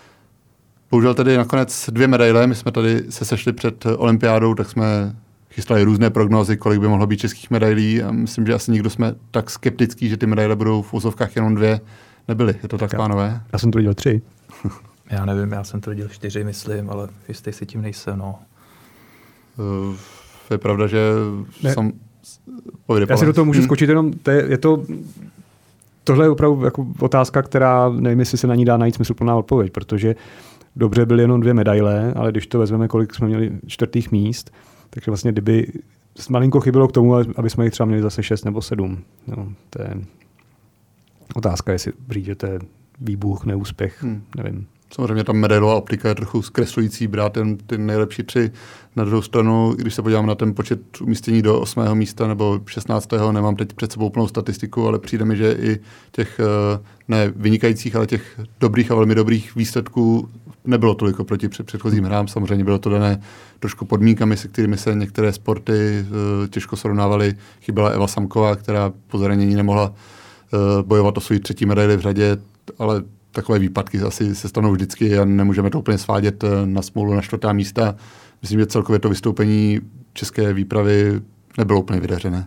Bohužel tedy nakonec 2 medaile, my jsme tady se sešli před olympiádou, tak jsme chystali různé prognózy, kolik by mohlo být českých medailí a myslím, že asi nikdo jsme tak skeptický, že ty medaile budou v úzovkách jenom 2. Nebyly, je to tak, pánové? Já jsem to viděl 3. Já nevím, já jsem to viděl 4, myslím, ale jistý si tím nejsem, no. Je pravda, že jsem... Já si do toho můžu skočit, jenom tohle je opravdu jako otázka, která nevím, jestli se na ní dá najít smysluplná odpověď, protože dobře byly jenom 2 medaile, ale když to vezmeme, kolik jsme měli 4. míst, takže vlastně kdyby malinko chybělo k tomu, aby jsme jich třeba měli zase 6 nebo 7. No, to je... Otázka, jestli říct, že to je výbuch, neúspěch, nevím. Samozřejmě ta medailová optika je trochu zkreslující, brát ty nejlepší 3. Na druhou stranu, když se podívám na ten počet umístění do 8. místa nebo 16. nemám teď před sebou plnou statistiku, ale přijde mi, že i těch ne vynikajících, ale těch dobrých a velmi dobrých výsledků nebylo toliko proti předchozím hrám. Samozřejmě bylo to dané trošku podmínkami, se kterými se některé sporty těžko srovnávaly. Chyběla Eva Samková, která po zranění nemohla bojovat o svou 3. medaili v řadě, ale takové výpadky asi se stanou vždycky a nemůžeme to úplně svádět na smůlu na 4. místa. Myslím, že celkově to vystoupení české výpravy nebylo úplně vydařené.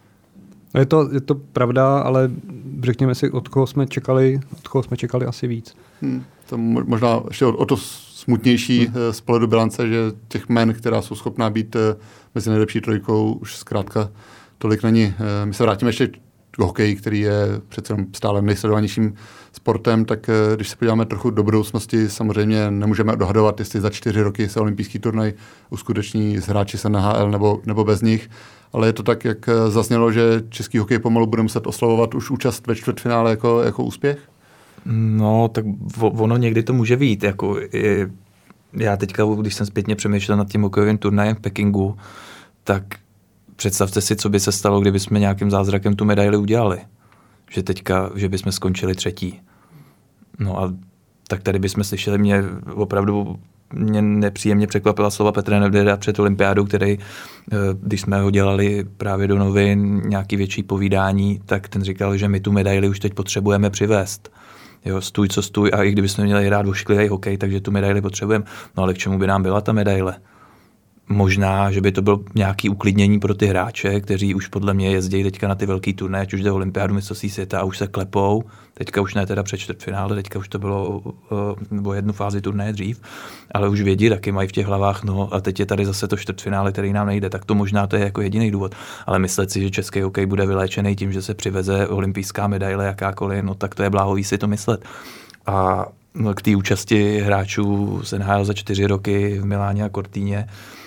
Je to pravda, ale řekněme si, od koho jsme čekali asi víc. To možná ještě o to smutnější z pohledu bilance, že těch men, která jsou schopná být mezi nejlepší 3, už zkrátka tolik není. My se vrátíme ještě k hokeji, který je přece stále nejsledovanějším sportem, tak když se podíváme trochu do budoucnosti, samozřejmě nemůžeme dohadovat, jestli za 4 roky se olympijský turnaj uskuteční s hráči z NHL nebo bez nich, ale je to tak, jak zaznělo, že český hokej pomalu bude muset oslavovat už účast ve čtvrtfinále jako úspěch? No, tak ono někdy to může být. Já teďka, když jsem zpětně přemýšlel nad tím hokejovým turnajem v Pekingu, tak představte si, co by se stalo, kdyby jsme nějakým zázrakem tu medaili udělali. Že teďka, že bychom skončili 3. No a tak tady bychom slyšeli, mě nepříjemně překvapila slova Petra Nedvěda před olympiádou, který, když jsme ho dělali právě do novin, nějaký větší povídání, tak ten říkal, že my tu medaili už teď potřebujeme přivést. Jo, stůj, co stůj, a i kdybychom měli hrát ošklivý hokej, takže tu medaili potřebujeme. No ale k čemu by nám byla ta medaile? Možná, že by to bylo nějaké uklidnění pro ty hráče, kteří už podle mě jezdí teďka na ty velký turnaje, ať už jde olympiádu, mistrovství světa a už se klepou. Teďka už ne teda před čtvrtfinále, teďka už to bylo o 1 fázi turnaje dřív, ale už vědí, taky mají v těch hlavách, no a teď je tady zase to čtvrtfinále, který nám nejde, tak to možná to je jako jediný důvod. Ale myslet si, že český hokej bude vyléčený tím, že se přiveze olympijská medaile jakákoliv, no tak to je bláhový si to myslet. A k té účasti hráčů z NHL za 4 roky v Miláně a Cortíně,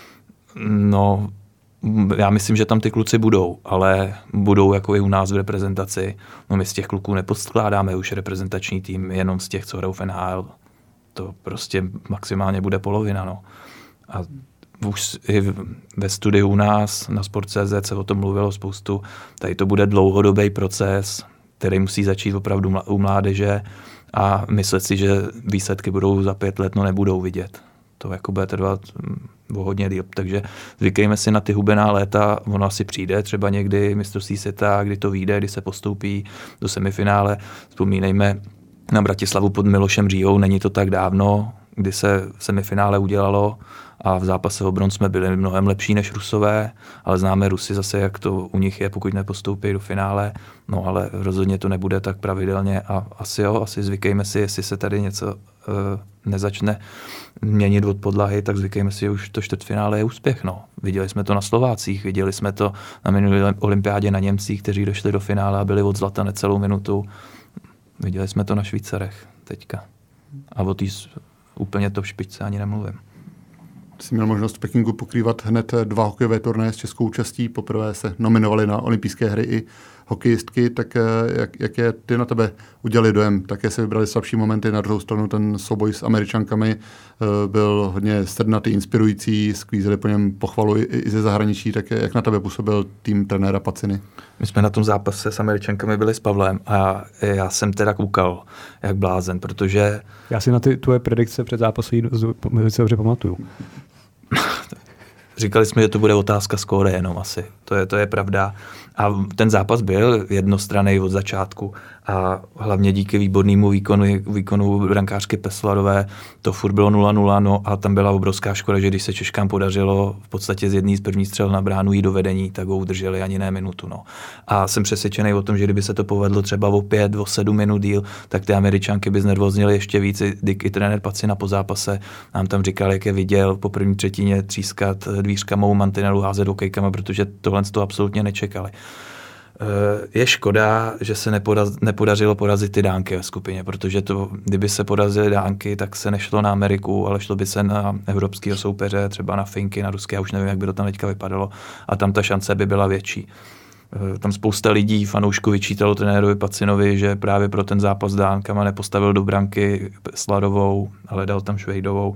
no, já myslím, že tam ty kluci budou, ale budou jako i u nás v reprezentaci. No my z těch kluků neposkládáme už reprezentační tým jenom z těch, co hrajou v NHL. To prostě maximálně bude polovina, no. A už i ve studiu u nás na Sport.cz se o tom mluvilo spoustu. Tady to bude dlouhodobý proces, který musí začít opravdu u mládeže a myslet si, že výsledky budou za 5 let, no nebudou vidět. To jako bude trvat o hodně díl, takže zvykejme si na ty hubená léta, ono asi přijde třeba někdy mistrovství světa, kdy to vyjde, kdy se postoupí do semifinále. Vzpomínejme na Bratislavu pod Milošem Říhou, není to tak dávno, kdy se v semifinále udělalo a v zápase o bronz jsme byli mnohem lepší než Rusové, ale známe Rusy zase, jak to u nich je, pokud nepostoupí do finále, no ale rozhodně to nebude tak pravidelně a asi zvykejme si, jestli se tady něco nezačne měnit od podlahy, tak zvykejme si, že už to čtvrtfinále je úspěch. No. Viděli jsme to na Slovácích, viděli jsme to na minulé olympiádě na Němcích, kteří došli do finále a byli od zlata necelou minutu. Viděli jsme to na Švýcarech teďka. A o té úplně top špičce ani nemluvím. Jsi měl možnost v Pekingu pokrývat hned 2 hokejové turnaje s českou účastí. Poprvé se nominovali na olympijské hry i hokejistky, tak jaké ty na tebe udělali dojem? Také se vybrali slabší momenty, na druhou stranu ten souboj s Američankami byl hodně srdnatý, inspirující, sklízeli po něm pochvalu i ze zahraničí, tak jak na tebe působil tým trenéra Paciny? My jsme na tom zápase s Američankami byli s Pavlem a já jsem teda koukal jak blázen, protože... Já si na ty tvoje predikce před zápasem velice dobře pamatuju. Říkali jsme, že to bude otázka skóre jenom asi. To je pravda. A ten zápas byl jednostranný od začátku a hlavně díky výbornému výkonu brankářky Peslarové to furt bylo 0-0, no a tam byla obrovská škoda, že když se Češkám podařilo v podstatě z jedné z prvních střel na bránu jít do vedení, tak ho udrželi ani ne minutu. No. A jsem přesvědčený o tom, že kdyby se to povedlo třeba o 5, o 7 minut díl, tak ty Američanky by znervóznily ještě víc. I trenér Pacina po zápase nám tam říkal, jak je viděl po první třetině třískat dvířkama u mantinelu, házet hokejkama, protože tohle to absolutně nečekali. Je škoda, že se nepodařilo porazit ty Dánky ve skupině, protože kdyby se porazily Dánky, tak se nešlo na Ameriku, ale šlo by se na evropského soupeře, třeba na Finky, na ruské, já už nevím, jak by to tam teďka vypadalo, a tam ta šance by byla větší. Tam spousta lidí, fanoušků vyčítalo trenérovi Pacinovi, že právě pro ten zápas s Dánkama nepostavil do branky Sladovou, ale dal tam Švejdovou.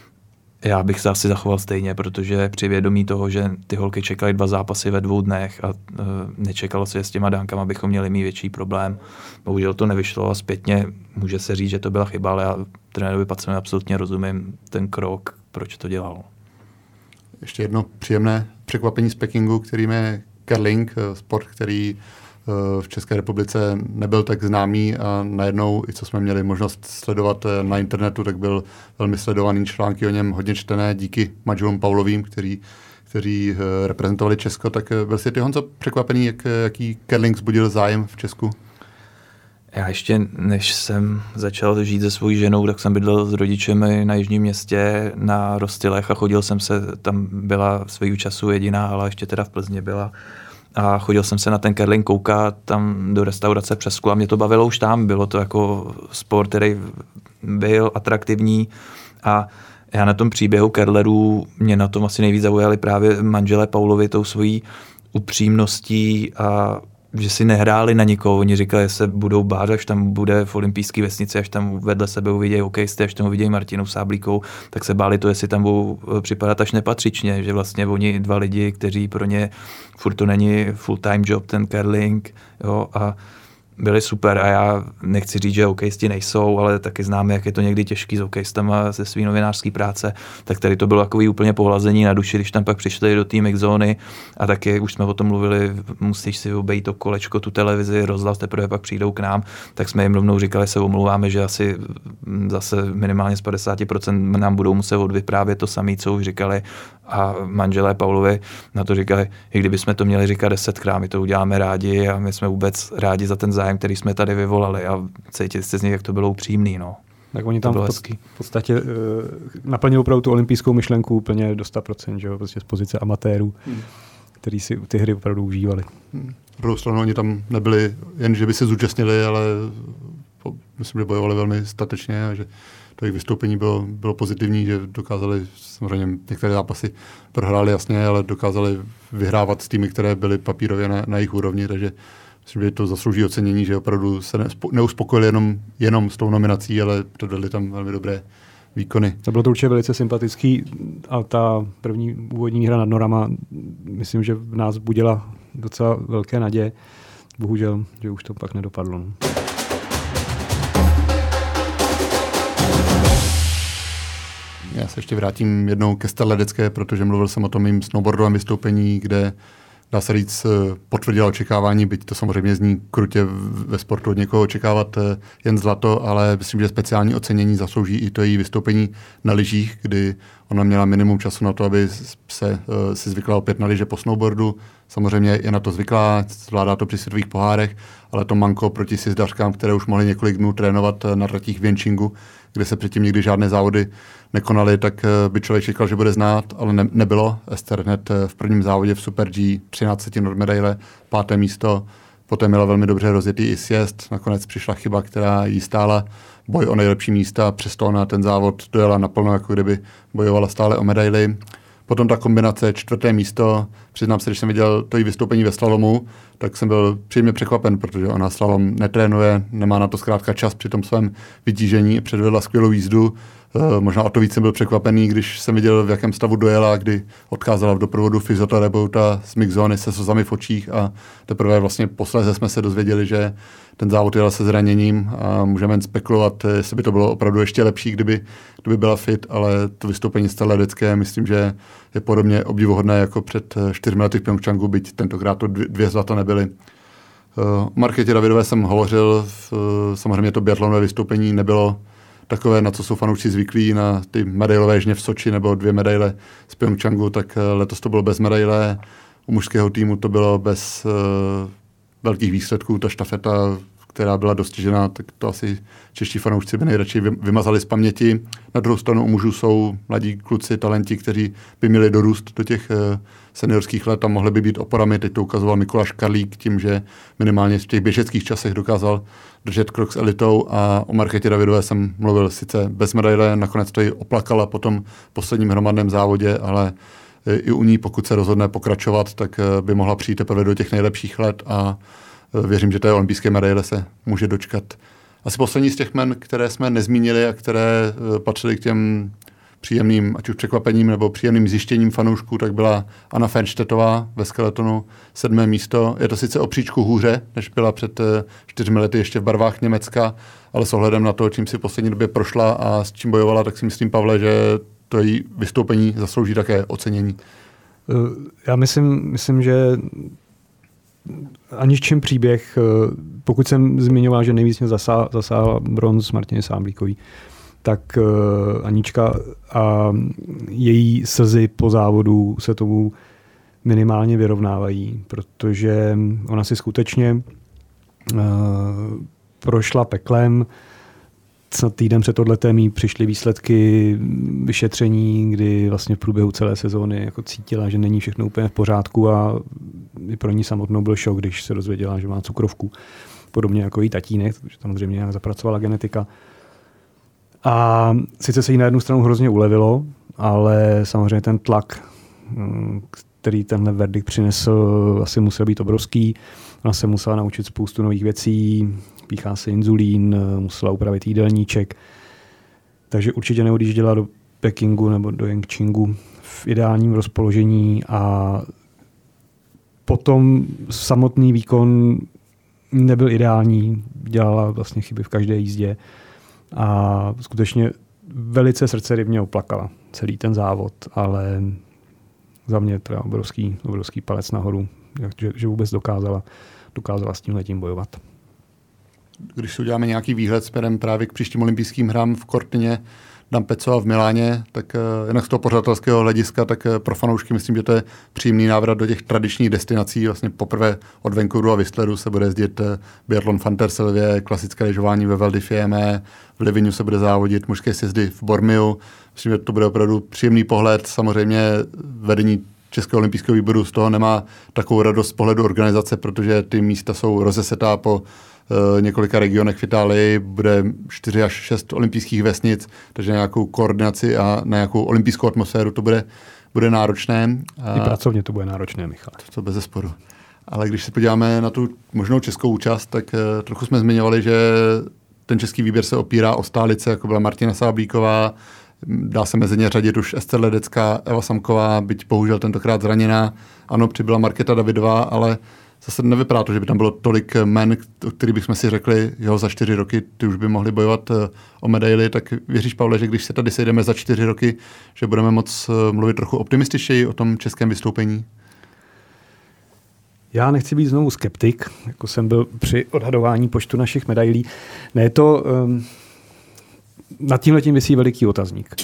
Já bych se asi zachoval stejně, protože při vědomí toho, že ty holky čekaly 2 zápasy ve 2 dnech a nečekalo se s těma Dánkama, bychom měli mít větší problém. Bohužel to nevyšlo a zpětně může se říct, že to byla chyba, ale já trenérovi Pacinovi absolutně rozumím ten krok, proč to dělal. Ještě jedno příjemné překvapení z Pekingu, kterým je curling, sport, který v České republice nebyl tak známý a najednou, i co jsme měli možnost sledovat na internetu, tak byl velmi sledovaný, články o něm hodně čtené díky manželům Paulovým, kteří reprezentovali Česko. Tak byl jsi ty, Honzo, překvapený, jaký curling vzbudil zájem v Česku? Já ještě, než jsem začal žít se svojí ženou, tak jsem bydlel s rodičemi na Jižním Městě na Rostylech a chodil jsem se, tam byla svýho času jediná hala, ještě teda v Plzni byla, a chodil jsem se na ten curling koukat tam do restaurace přes Sklu a mě to bavilo už tam, bylo to jako sport, který byl atraktivní a já na tom příběhu curlerů mě na tom asi nejvíc zaujali právě manželé Paulovi tou svojí upřímností a že si nehráli na nikoho. Oni říkali, že se budou bát, až tam bude v olympijské vesnici, až tam vedle sebe uvidějí hokejisty, až tam uvidějí Martinu Sáblíkovou, tak se báli to, jestli tam budou připadat až nepatřičně, že vlastně oni 2 lidi, kteří pro ně furt to není full-time job, ten curling, jo, a byli super a já nechci říct, že hokejisti nejsou, ale taky známe, jak je to někdy těžký s hokejistama ze svý novinářské práce, tak tady to bylo takový úplně pohlazení na duši, když tam pak přišli do té mixzóny a taky už jsme o tom mluvili, musíš si obejít to kolečko, tu televizi, rozhlas, teprve pak přijdou k nám, tak jsme jim rovnou říkali, se omlouváme, že asi zase minimálně z 50% nám budou muset odvyprávět to samé, co už říkali a manželé Paulovi na to říkali, i kdyby jsme to měli říkat 10krát, my to uděláme rádi a my jsme vůbec rádi za ten zájem, který jsme tady vyvolali a cítili jste z nich, jak to bylo upřímný. No. Tak oni tam v podstatě naplnili opravdu tu olympijskou myšlenku úplně do 100%, že jo? Prostě z pozice amatérů, který si ty hry opravdu užívali. Druhou stranu oni tam nebyli jen, že by se zúčastnili, ale myslím, že bojovali velmi statečně a že to jejich vystoupení bylo pozitivní, že dokázali, samozřejmě některé zápasy prohráli jasně, ale dokázali vyhrávat s týmy, které byly papírově na jejich úrovni, takže myslím, že to zaslouží ocenění, že opravdu se neuspokojili jenom s tou nominací, ale předvedli tam velmi dobré výkony. To bylo to určitě velice sympatický a ta první úvodní hra nad Norama, myslím, že v nás budila docela velké naděje. Bohužel, že už to pak nedopadlo. No. Já se ještě vrátím jednou ke Starledecké, protože mluvil jsem o tom mým snowboardovém vystoupení, kde dá se říct, potvrdila očekávání, byť to samozřejmě zní krutě ve sportu od někoho očekávat jen zlato, ale myslím, že speciální ocenění zaslouží i to její vystoupení na lyžích, kdy ona měla minimum času na to, aby si zvykla opět na lyže po snowboardu. Samozřejmě je na to zvyklá, zvládá to při světových pohárech, ale to manko proti sjezdařkám, které už mohly několik dnů trénovat na tratích v Jenčingu, kde se předtím nikdy žádné závody nekonaly, tak by člověk čekal, že bude znát, ale nebylo. Ester hned v prvním závodě v Super G 13 od medaile, 5. místo, poté měla velmi dobře rozjetý i sjezd, nakonec přišla chyba, která jí stála boj o nejlepší místa, přesto na ten závod dojela naplno, jako kdyby bojovala stále o medaily. Potom ta kombinace 4. místo, přiznám se, když jsem viděl to její vystoupení ve slalomu, tak jsem byl příjemně překvapen, protože ona slalom netrénuje, nemá na to zkrátka čas při tom svém vytížení, předvedla skvělou jízdu. Možná o to víc jsem byl překvapený, když jsem viděl, v jakém stavu dojela, kdy odcházela v doprovodu fyzioterapeuta z mixzóny se slzami v očích a teprve vlastně posléze jsme se dozvěděli, že ten závod jela se zraněním a můžeme jen spekulovat, jestli by to bylo opravdu ještě lepší, kdyby byla fit, ale to vystoupení Starledecké, myslím, že je podobně obdivuhodné jako před 4 lety v Pyeongchangu, byť tentokrát to 2 zlata nebyly. O Markétě Davidové jsem hovořil, samozřejmě to biatlonové vystoupení nebylo takové, na co jsou fanoušci zvyklí, na ty medailové žně v Soči nebo 2 medaile z Pyeongchangu, tak letos to bylo bez medaile. U mužského týmu to bylo bez velkých výsledků. Ta štafeta, která byla dostižená, tak to asi čeští fanoušci by nejradši vymazali z paměti. Na druhou stranu u mužů jsou mladí kluci, talenti, kteří by měli dorůst do těch seniorských let a mohli by být oporami. Teď to ukazoval Mikuláš Karlík tím, že minimálně v těch běžeckých časech dokázal držet krok s elitou a o Markétě Davidové jsem mluvil sice bez medaile, nakonec to ji oplakala po tom posledním hromadném závodě, ale i u ní, pokud se rozhodne pokračovat, tak by mohla přijít teprve do těch nejlepších let a věřím, že té olympijské medaile se může dočkat. Asi poslední z těch men, které jsme nezmínili a které patřily k těm příjemným, ať už překvapením nebo příjemným zjištěním fanoušků, tak byla Anna Fenštetová ve skeletonu 7. místo. Je to sice o příčku hůře, než byla před 4 lety ještě v barvách Německa, ale s ohledem na to, čím si v poslední době prošla a s čím bojovala, tak si myslím, Pavle, že to její vystoupení zaslouží také ocenění. Já myslím, že Aniččin příběh, pokud jsem zmiňoval, že nejvíc mě zasáhl bronz Martiny Sáblíkový, tak Anička a její slzy po závodu se tomu minimálně vyrovnávají, protože ona si skutečně prošla peklem. Snad týden před odletem jí přišly výsledky vyšetření, kdy vlastně v průběhu celé sezóny jako cítila, že není všechno úplně v pořádku a i pro ní samotnou byl šok, když se dozvěděla, že má cukrovku. Podobně jako její tatínek, protože samozřejmě nějak zapracovala genetika. A sice se jí na jednu stranu hrozně ulevilo, ale samozřejmě ten tlak, který tenhle verdikt přinesl, asi musel být obrovský. Ona se musela naučit spoustu nových věcí, píchá se inzulín, musela upravit jídelníček. Takže určitě neodjížděla do Pekingu nebo do Chongqingu v ideálním rozpoložení a potom samotný výkon nebyl ideální, dělala vlastně chyby v každé jízdě a skutečně velice srdcerivně oplakala celý ten závod, ale za mě to je obrovský palec nahoru, že vůbec dokázala s tímhletím bojovat. Když si uděláme nějaký výhled směrem právě k příštím olympijským hrám v Cortině, Dampeco a v Miláně, tak jinak z toho pořadatelského hlediska, tak pro fanoušky myslím, že to je příjemný návrat do těch tradičních destinací. Vlastně poprvé od Vancouveru a Whistleru se bude jezdit biatlon v Anterselvě, klasické lyžování ve Val di Fiemme, v Livignu se bude závodit mužské sjezdy v Bormiu. Myslím, že to bude opravdu příjemný pohled. Samozřejmě vedení Českého olympijského výboru z toho nemá takovou radost z pohledu organizace, protože ty místa jsou rozesetá po několika regionech v Itálii, bude 4 až 6 olympijských vesnic, takže na nějakou koordinaci a na nějakou olympijskou atmosféru to bude náročné. I pracovně to bude náročné, Michal. To bez zesporu. Ale když se podíváme na tu možnou českou účast, tak trochu jsme zmiňovali, že ten český výběr se opírá o stálice, jako byla Martina Sáblíková, dá se mezi ně řadit už Ester Ledecká, Eva Samková, byť bohužel tentokrát zraněná. Ano, přibyla Markéta Davidová, ale zase nevypadá to, že by tam bylo tolik men, o kterých bychom si řekli, jo, za 4 roky ty už by mohli bojovat o medaily, tak věříš, Pavle, že když se tady sejdeme za 4 roky, že budeme moc mluvit trochu optimističtěji o tom českém vystoupení? Já nechci být znovu skeptik, jako jsem byl při odhadování počtu našich medailí. Ne, to nad tímhletím visí veliký otazník.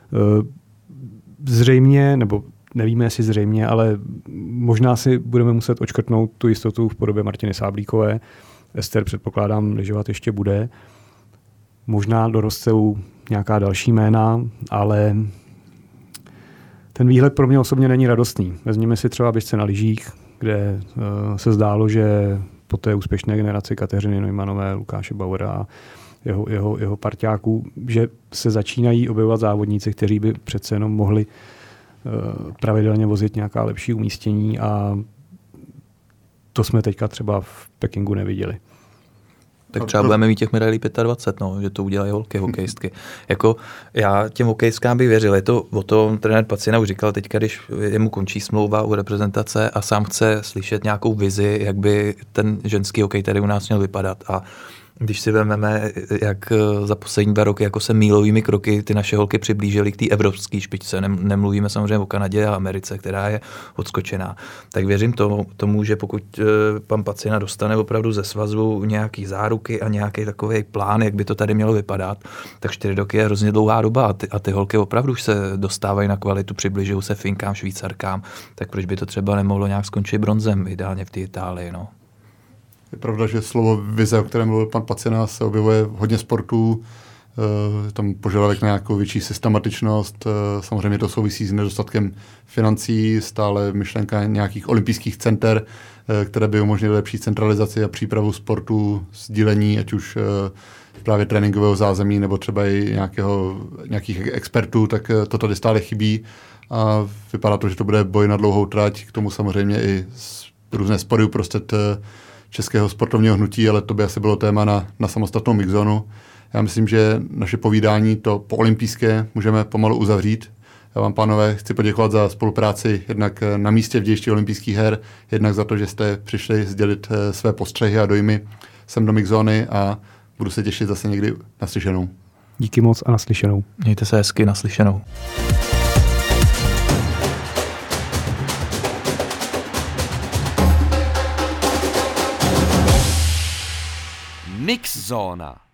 Zřejmě, nebo nevíme, jestli zřejmě, ale možná si budeme muset odškrtnout tu jistotu v podobě Martiny Sáblíkové. Ester, předpokládám, lyžovat ještě bude. Možná dorostou nějaká další jména, ale ten výhled pro mě osobně není radostný. Vezměme si třeba běžce na lyžích, kde se zdálo, že po té úspěšné generaci Kateřiny Neumannové, Lukáše Bauera a jeho parťáků, že se začínají objevovat závodníci, kteří by přece jenom mohli pravidelně vozit nějaká lepší umístění a to jsme teďka třeba v Pekingu neviděli. Tak třeba budeme mít těch medailí 25, no, že to udělají hokejistky. Jako já těm hokejistkám bych věřil, je to o tom, trenér Pacina už říkal teďka, když jemu končí smlouva u reprezentace a sám chce slyšet nějakou vizi, jak by ten ženský hokej tady u nás měl vypadat. A když si vezmeme, jak za poslední 2 roky jako se mílovými kroky ty naše holky přiblížily k té evropské špičce, nemluvíme samozřejmě o Kanadě a Americe, která je odskočená, tak věřím tomu, že pokud pan Pacina dostane opravdu ze svazu nějaký záruky a nějaký takový plán, jak by to tady mělo vypadat, tak 4 roky je hrozně dlouhá doba a ty holky opravdu už se dostávají na kvalitu, přibližují se Finkám, Švýcarkám, tak proč by to třeba nemohlo nějak skončit bronzem, ideálně v té Itálii, no. Je pravda, že slovo vize, o kterém mluvil pan Pacina, se objevuje v hodně sportů. Je tam požadavek na nějakou větší systematičnost. Samozřejmě to souvisí s nedostatkem financí, stále myšlenka nějakých olympijských center, které by umožnily lepší centralizaci a přípravu sportu, sdílení, ať už právě tréninkového zázemí nebo třeba i nějakých expertů, tak to tady stále chybí a vypadá to, že to bude boj na dlouhou trať, k tomu samozřejmě i různé spory uprostřed českého sportovního hnutí, ale to by asi bylo téma na samostatnou mixzónu. Já myslím, že naše povídání to po olympijské můžeme pomalu uzavřít. Já vám, pánové, chci poděkovat za spolupráci jednak na místě v dějišti olympijských her, jednak za to, že jste přišli sdělit své postřehy a dojmy sem do mixzóny a budu se těšit zase někdy naslyšenou. Díky moc a naslyšenou. Mějte se hezky, naslyšenou. Mixzóna.